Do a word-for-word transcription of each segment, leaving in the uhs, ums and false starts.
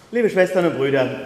Liebe Schwestern und Brüder,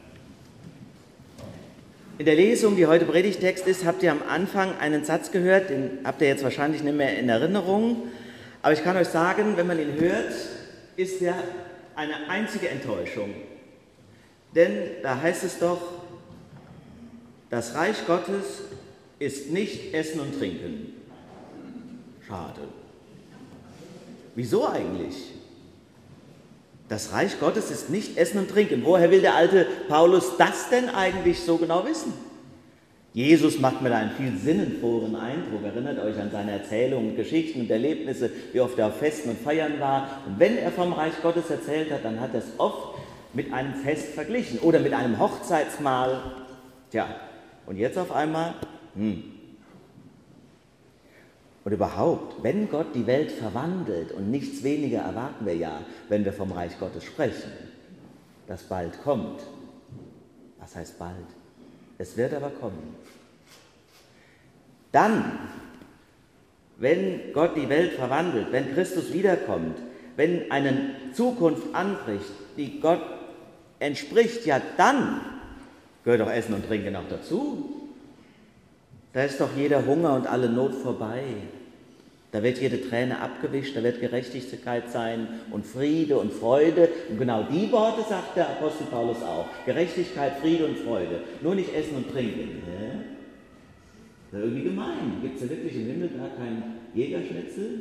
in der Lesung, die heute Predigtext ist, habt ihr am Anfang einen Satz gehört, den habt ihr jetzt wahrscheinlich nicht mehr in Erinnerung, aber ich kann euch sagen, wenn man ihn hört, ist er eine einzige Enttäuschung. Denn da heißt es doch, das Reich Gottes ist nicht Essen und Trinken. Schade. Wieso eigentlich? Das Reich Gottes ist nicht Essen und Trinken. Woher will der alte Paulus das denn eigentlich so genau wissen? Jesus macht mir da einen viel sinnenfrohen Eindruck. Erinnert euch an seine Erzählungen, Geschichten und Erlebnisse, wie oft er auf Festen und Feiern war. Und wenn er vom Reich Gottes erzählt hat, dann hat er es oft mit einem Fest verglichen oder mit einem Hochzeitsmahl. Tja, und jetzt auf einmal, hm. Und überhaupt, wenn Gott die Welt verwandelt, und nichts weniger erwarten wir ja, wenn wir vom Reich Gottes sprechen, das bald kommt. Was heißt bald? Es wird aber kommen. Dann, wenn Gott die Welt verwandelt, wenn Christus wiederkommt, wenn eine Zukunft anbricht, die Gott entspricht, ja dann gehört doch Essen und Trinken auch dazu. Da ist doch jeder Hunger und alle Not vorbei. Da wird jede Träne abgewischt, da wird Gerechtigkeit sein und Friede und Freude. Und genau die Worte sagt der Apostel Paulus auch. Gerechtigkeit, Friede und Freude. Nur nicht Essen und Trinken. Hä? Das ist irgendwie gemein. Gibt es ja wirklich im Himmel gar keinen Jägerschnitzel?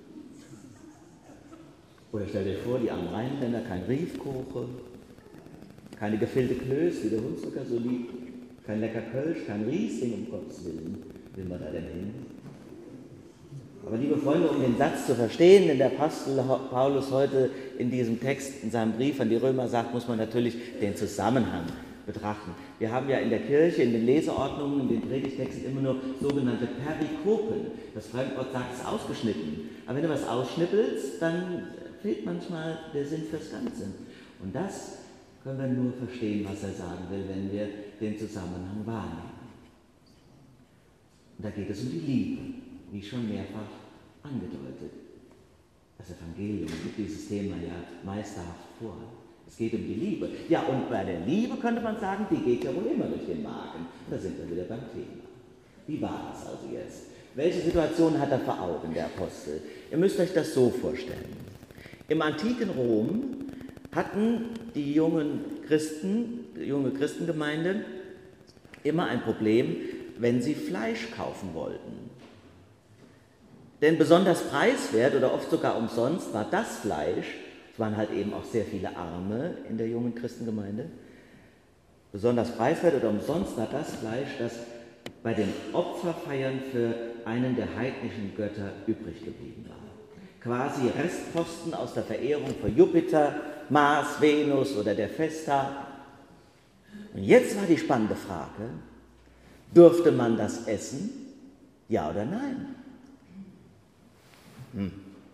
Oder stellt euch vor, die armen Rheinländer, kein Riefkoche, keine gefüllte Klöß, wie der Hunsrücker so liebt, kein lecker Kölsch, kein Riesling, um Gottes Willen. Will man da denn hin? Aber liebe Freunde, um den Satz zu verstehen, den der Apostel Paulus heute in diesem Text, in seinem Brief an die Römer sagt, muss man natürlich den Zusammenhang betrachten. Wir haben ja in der Kirche, in den Leseordnungen, in den Predigtexten immer nur sogenannte Perikopen. Das Fremdwort sagt es ausgeschnitten. Aber wenn du was ausschnippelst, dann fehlt manchmal der Sinn fürs Ganze. Und das können wir nur verstehen, was er sagen will, wenn wir den Zusammenhang wahrnehmen. Und da geht es um die Liebe, wie schon mehrfach angedeutet. Das Evangelium gibt dieses Thema ja meisterhaft vor. Es geht um die Liebe. Ja, und bei der Liebe könnte man sagen, die geht ja wohl immer durch den Magen. Da sind wir wieder beim Thema. Wie war das also jetzt? Welche Situation hat er vor Augen, der Apostel? Ihr müsst euch das so vorstellen. Im antiken Rom hatten die jungen Christen, die junge Christengemeinde immer ein Problem, wenn sie Fleisch kaufen wollten. Denn besonders preiswert oder oft sogar umsonst war das Fleisch, es waren halt eben auch sehr viele Arme in der jungen Christengemeinde, besonders preiswert oder umsonst war das Fleisch, das bei den Opferfeiern für einen der heidnischen Götter übrig geblieben war. Quasi Restposten aus der Verehrung für Jupiter, Mars, Venus oder der Vesta. Und jetzt war die spannende Frage, durfte man das essen? Ja oder nein? Hm.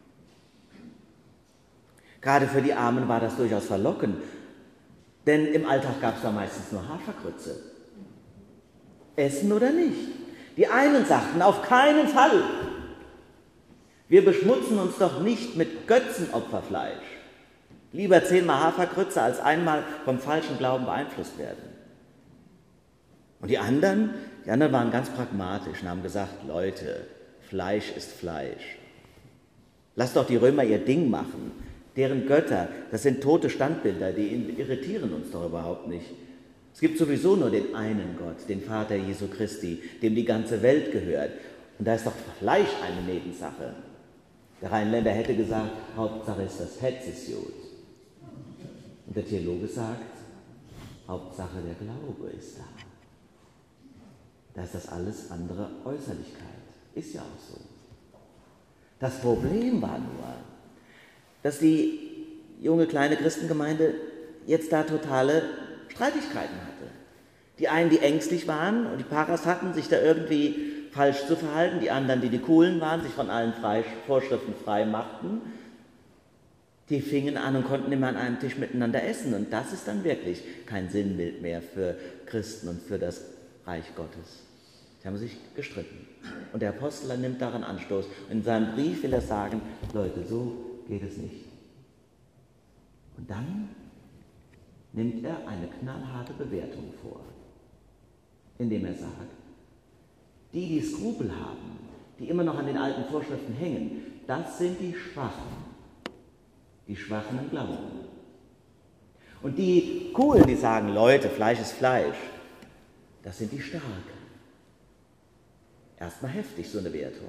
Gerade für die Armen war das durchaus verlockend, denn im Alltag gab es da meistens nur Hafergrütze. Essen oder nicht? Die einen sagten, auf keinen Fall. Wir beschmutzen uns doch nicht mit Götzenopferfleisch. Lieber zehnmal Hafergrütze, als einmal vom falschen Glauben beeinflusst werden. Und die anderen, die anderen waren ganz pragmatisch und haben gesagt, Leute, Fleisch ist Fleisch. Lasst doch die Römer ihr Ding machen. Deren Götter, das sind tote Standbilder, die irritieren uns doch überhaupt nicht. Es gibt sowieso nur den einen Gott, den Vater Jesu Christi, dem die ganze Welt gehört. Und da ist doch Fleisch eine Nebensache. Der Rheinländer hätte gesagt, Hauptsache ist das Hetzisjod. Und der Theologe sagt, Hauptsache der Glaube ist da. Da ist das alles andere Äußerlichkeit. Ist ja auch so. Das Problem war nur, dass die junge kleine Christengemeinde jetzt da totale Streitigkeiten hatte. Die einen, die ängstlich waren und die Paras hatten, sich da irgendwie falsch zu verhalten, die anderen, die die Coolen waren, sich von allen Frei- Vorschriften frei machten, die fingen an und konnten immer an einem Tisch miteinander essen. Und das ist dann wirklich kein Sinnbild mehr für Christen und für das Reich Gottes. Sie haben sich gestritten. Und der Apostel nimmt daran Anstoß. In seinem Brief will er sagen, Leute, so geht es nicht. Und dann nimmt er eine knallharte Bewertung vor, indem er sagt, die, die Skrupel haben, die immer noch an den alten Vorschriften hängen, das sind die Schwachen, die Schwachen im Glauben. Und die Coolen, die sagen, Leute, Fleisch ist Fleisch, das sind die Starken. Erstmal heftig, so eine Wertung.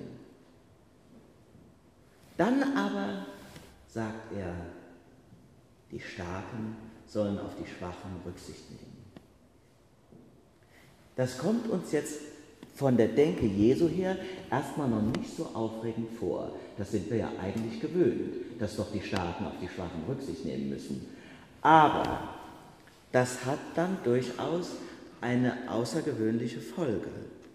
Dann aber sagt er, die Starken sollen auf die Schwachen Rücksicht nehmen. Das kommt uns jetzt von der Denke Jesu her erstmal noch nicht so aufregend vor. Das sind wir ja eigentlich gewöhnt, dass doch die Starken auf die Schwachen Rücksicht nehmen müssen. Aber das hat dann durchaus eine außergewöhnliche Folge.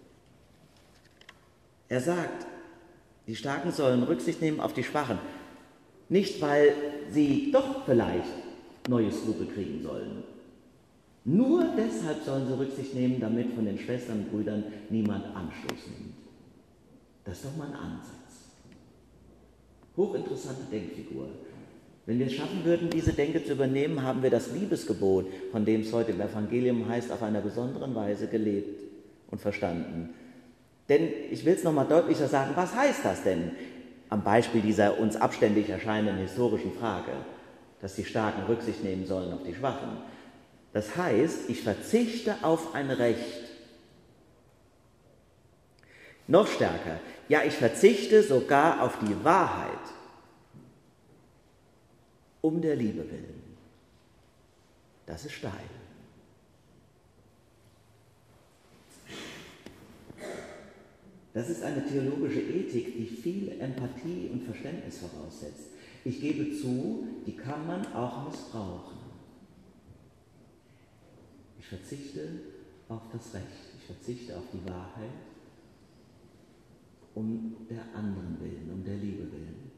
Er sagt, die Starken sollen Rücksicht nehmen auf die Schwachen. Nicht, weil sie doch vielleicht neue Skrupel kriegen sollen. Nur deshalb sollen sie Rücksicht nehmen, damit von den Schwestern und Brüdern niemand Anstoß nimmt. Das ist doch mal ein Ansatz. Hochinteressante Denkfigur. Wenn wir es schaffen würden, diese Denke zu übernehmen, haben wir das Liebesgebot, von dem es heute im Evangelium heißt, auf einer besonderen Weise gelebt und verstanden. Denn ich will es nochmal deutlicher sagen, was heißt das denn? Am Beispiel dieser uns abständig erscheinenden historischen Frage, dass die Starken Rücksicht nehmen sollen auf die Schwachen. Das heißt, ich verzichte auf ein Recht. Noch stärker, ja, ich verzichte sogar auf die Wahrheit, um der Liebe willen. Das ist steil. Das ist eine theologische Ethik, die viel Empathie und Verständnis voraussetzt. Ich gebe zu, die kann man auch missbrauchen. Ich verzichte auf das Recht, ich verzichte auf die Wahrheit, um der anderen willen, um der Liebe willen.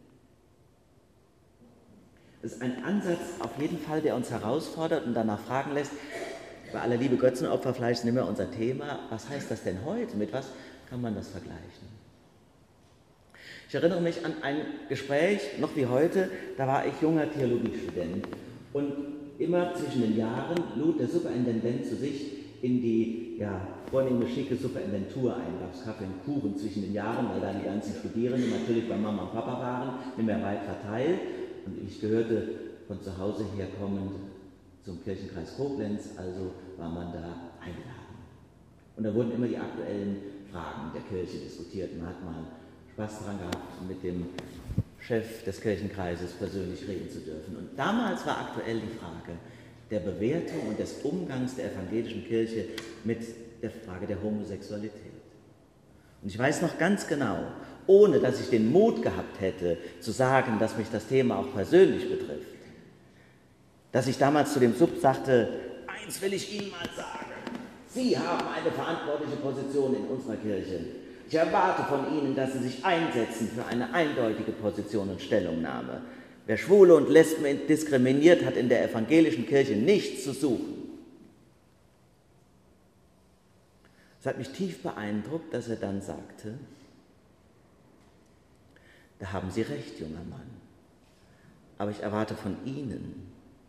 Das ist ein Ansatz auf jeden Fall, der uns herausfordert und danach fragen lässt, bei aller Liebe Götzenopferfleisch ist nicht mehr unser Thema, was heißt das denn heute, mit was kann man das vergleichen? Ich erinnere mich an ein Gespräch, noch wie heute, da war ich junger Theologiestudent und immer zwischen den Jahren lud der Superintendent zu sich in die ja, vornehme schicke Superintentur ein, gab es Kaffee und Kuchen zwischen den Jahren, weil da die ganzen Studierenden natürlich bei Mama und Papa waren, nicht mehr weit verteilt und ich gehörte von zu Hause her kommend zum Kirchenkreis Koblenz, also war man da eingeladen. Und da wurden immer die aktuellen Fragen der Kirche diskutiert. Man hat mal Spaß daran gehabt, mit dem Chef des Kirchenkreises persönlich reden zu dürfen. Und damals war aktuell die Frage der Bewertung und des Umgangs der evangelischen Kirche mit der Frage der Homosexualität. Und ich weiß noch ganz genau, ohne dass ich den Mut gehabt hätte, zu sagen, dass mich das Thema auch persönlich betrifft, dass ich damals zu dem Sub sagte, eins will ich Ihnen mal sagen, Sie haben eine verantwortliche Position in unserer Kirche. Ich erwarte von Ihnen, dass Sie sich einsetzen für eine eindeutige Position und Stellungnahme. Wer Schwule und Lesben diskriminiert, hat in der evangelischen Kirche nichts zu suchen. Es hat mich tief beeindruckt, dass er dann sagte, da haben Sie recht, junger Mann, aber ich erwarte von Ihnen,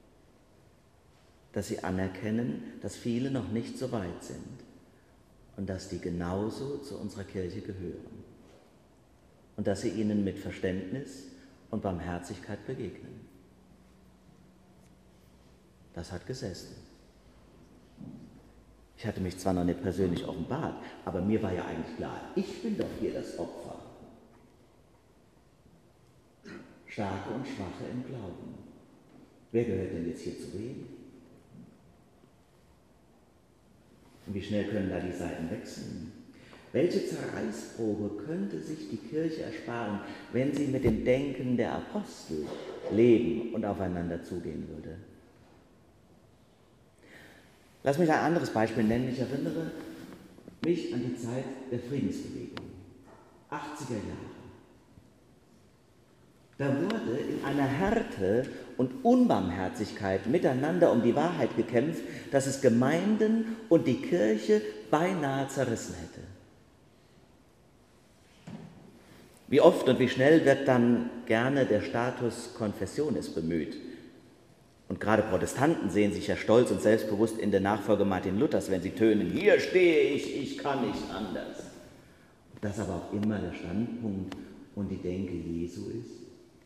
dass Sie anerkennen, dass viele noch nicht so weit sind und dass die genauso zu unserer Kirche gehören und dass Sie ihnen mit Verständnis und Barmherzigkeit begegnen. Das hat gesessen. Ich hatte mich zwar noch nicht persönlich offenbart, aber mir war ja eigentlich klar, ich bin doch hier das Opfer. Starke und Schwache im Glauben. Wer gehört denn jetzt hier zu wem? Und wie schnell können da die Seiten wechseln? Welche Zerreißprobe könnte sich die Kirche ersparen, wenn sie mit dem Denken der Apostel leben und aufeinander zugehen würde? Lass mich ein anderes Beispiel nennen. Ich erinnere mich an die Zeit der Friedensbewegung, achtziger Jahre. Da wurde in einer Härte und Unbarmherzigkeit miteinander um die Wahrheit gekämpft, dass es Gemeinden und die Kirche beinahe zerrissen hätte. Wie oft und wie schnell wird dann gerne der Status Confessionis bemüht. Und gerade Protestanten sehen sich ja stolz und selbstbewusst in der Nachfolge Martin Luthers, wenn sie tönen, hier stehe ich, ich kann nicht anders. Das aber auch immer der Standpunkt und die Denke Jesu ist.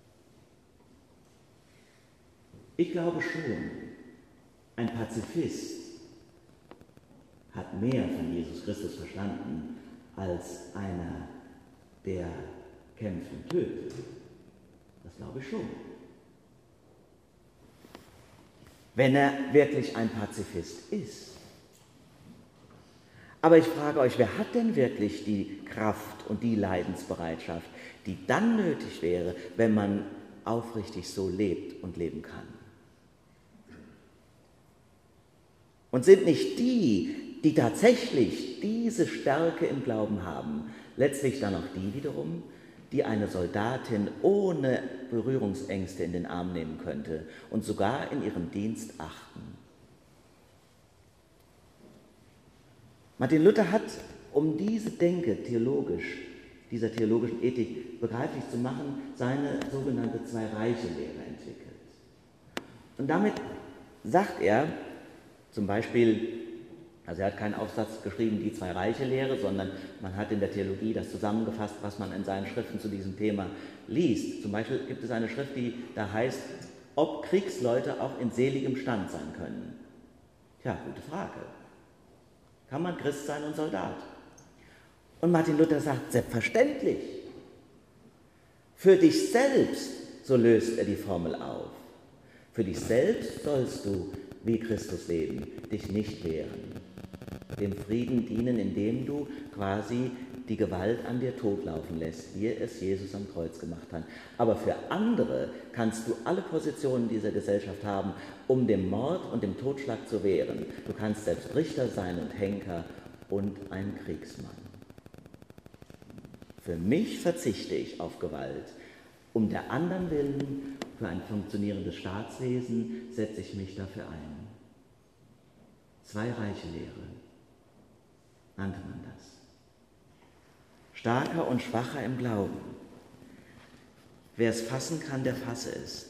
Ich glaube schon, ein Pazifist hat mehr von Jesus Christus verstanden als einer, der kämpft und tötet. Das glaube ich schon. Wenn er wirklich ein Pazifist ist. Aber ich frage euch, wer hat denn wirklich die Kraft und die Leidensbereitschaft, die dann nötig wäre, wenn man aufrichtig so lebt und leben kann? Und sind nicht die, die tatsächlich diese Stärke im Glauben haben, letztlich dann auch die wiederum, die eine Soldatin ohne Berührungsängste in den Arm nehmen könnte und sogar in ihrem Dienst achten? Martin Luther hat, um diese Denke theologisch, dieser theologischen Ethik begreiflich zu machen, seine sogenannte Zwei-Reiche-Lehre entwickelt. Und damit sagt er zum Beispiel, also er hat keinen Aufsatz geschrieben, die Zwei-Reiche-Lehre, sondern man hat in der Theologie das zusammengefasst, was man in seinen Schriften zu diesem Thema liest. Zum Beispiel gibt es eine Schrift, die da heißt, ob Kriegsleute auch in seligem Stand sein können. Tja, gute Frage. Kann man Christ sein und Soldat? Und Martin Luther sagt, selbstverständlich. Für dich selbst, so löst er die Formel auf, für dich selbst sollst du wie Christus leben, dich nicht wehren, dem Frieden dienen, indem du quasi die Gewalt an dir totlaufen lässt, wie es Jesus am Kreuz gemacht hat. Aber für andere kannst du alle Positionen dieser Gesellschaft haben, um dem Mord und dem Totschlag zu wehren. Du kannst selbst Richter sein und Henker und ein Kriegsmann. Für mich verzichte ich auf Gewalt. Um der anderen willen, für ein funktionierendes Staatswesen, setze ich mich dafür ein. Zwei-Reiche-Lehre nannte man das. Starker und Schwacher im Glauben. Wer es fassen kann, der fasse es.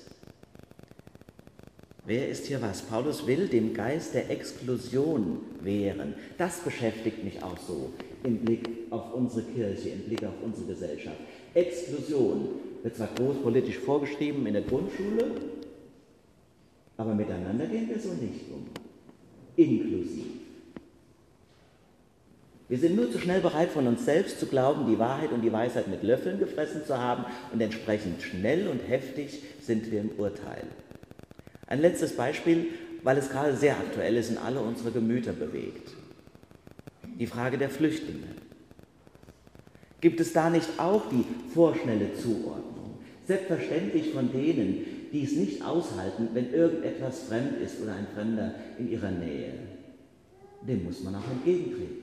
Wer ist hier was? Paulus will dem Geist der Exklusion wehren. Das beschäftigt mich auch so im Blick auf unsere Kirche, im Blick auf unsere Gesellschaft. Exklusion wird zwar groß politisch vorgeschrieben in der Grundschule, aber miteinander gehen wir so nicht um. Inklusiv. Wir sind nur zu schnell bereit, von uns selbst zu glauben, die Wahrheit und die Weisheit mit Löffeln gefressen zu haben, und entsprechend schnell und heftig sind wir im Urteil. Ein letztes Beispiel, weil es gerade sehr aktuell ist und alle unsere Gemüter bewegt. Die Frage der Flüchtlinge. Gibt es da nicht auch die vorschnelle Zuordnung? Selbstverständlich von denen, die es nicht aushalten, wenn irgendetwas fremd ist oder ein Fremder in ihrer Nähe. Dem muss man auch entgegentreten.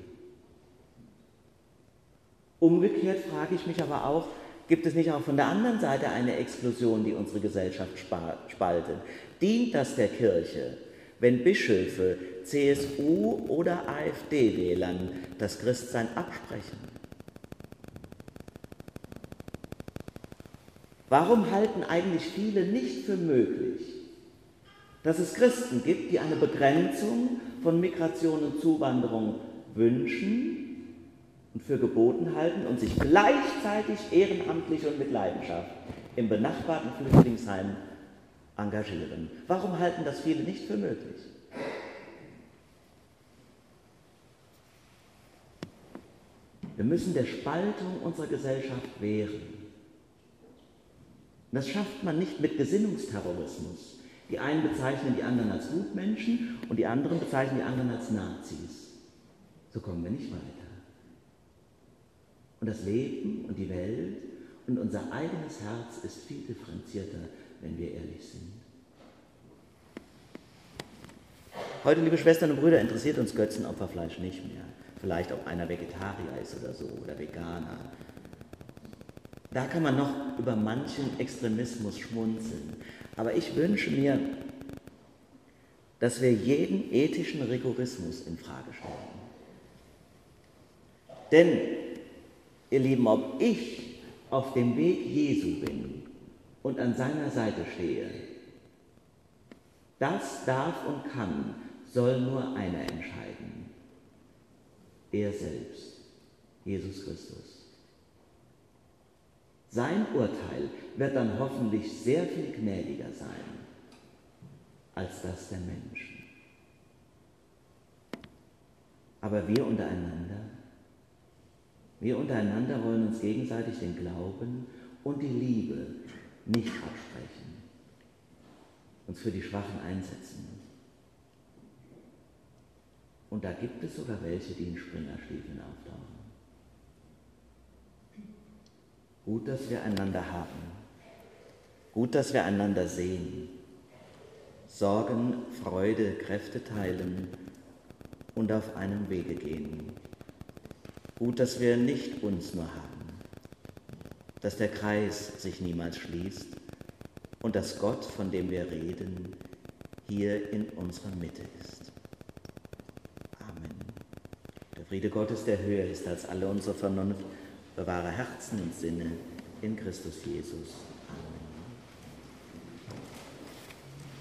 Umgekehrt frage ich mich aber auch, gibt es nicht auch von der anderen Seite eine Exklusion, die unsere Gesellschaft spaltet? Dient das der Kirche, wenn Bischöfe C S U oder AfD-Wählern das Christsein absprechen? Warum halten eigentlich viele nicht für möglich, dass es Christen gibt, die eine Begrenzung von Migration und Zuwanderung wünschen und für geboten halten und sich gleichzeitig ehrenamtlich und mit Leidenschaft im benachbarten Flüchtlingsheim engagieren? Warum halten das viele nicht für möglich? Wir müssen der Spaltung unserer Gesellschaft wehren. Das schafft man nicht mit Gesinnungsterrorismus. Die einen bezeichnen die anderen als Gutmenschen und die anderen bezeichnen die anderen als Nazis. So kommen wir nicht weiter. Und das Leben und die Welt und unser eigenes Herz ist viel differenzierter, wenn wir ehrlich sind. Heute, liebe Schwestern und Brüder, interessiert uns Götzenopferfleisch nicht mehr. Vielleicht ob einer Vegetarier ist oder so oder Veganer. Da kann man noch über manchen Extremismus schmunzeln. Aber ich wünsche mir, dass wir jeden ethischen Rigorismus in Frage stellen. Denn, ihr Lieben, ob ich auf dem Weg Jesu bin und an seiner Seite stehe, Das darf und kann, soll nur einer entscheiden. Er selbst, Jesus Christus. Sein Urteil wird dann hoffentlich sehr viel gnädiger sein als das der Menschen. Aber wir untereinander, wir untereinander wollen uns gegenseitig den Glauben und die Liebe nicht absprechen, uns für die Schwachen einsetzen. Und da gibt es sogar welche, die in Springerstiefeln auftauchen. Gut, dass wir einander haben. Gut, dass wir einander sehen. Sorgen, Freude, Kräfte teilen und auf einem Wege gehen. Gut, dass wir nicht uns nur haben, dass der Kreis sich niemals schließt und dass Gott, von dem wir reden, hier in unserer Mitte ist. Amen. Der Friede Gottes, der höher ist als alle unsere Vernunft, bewahre Herzen und Sinne in Christus Jesus.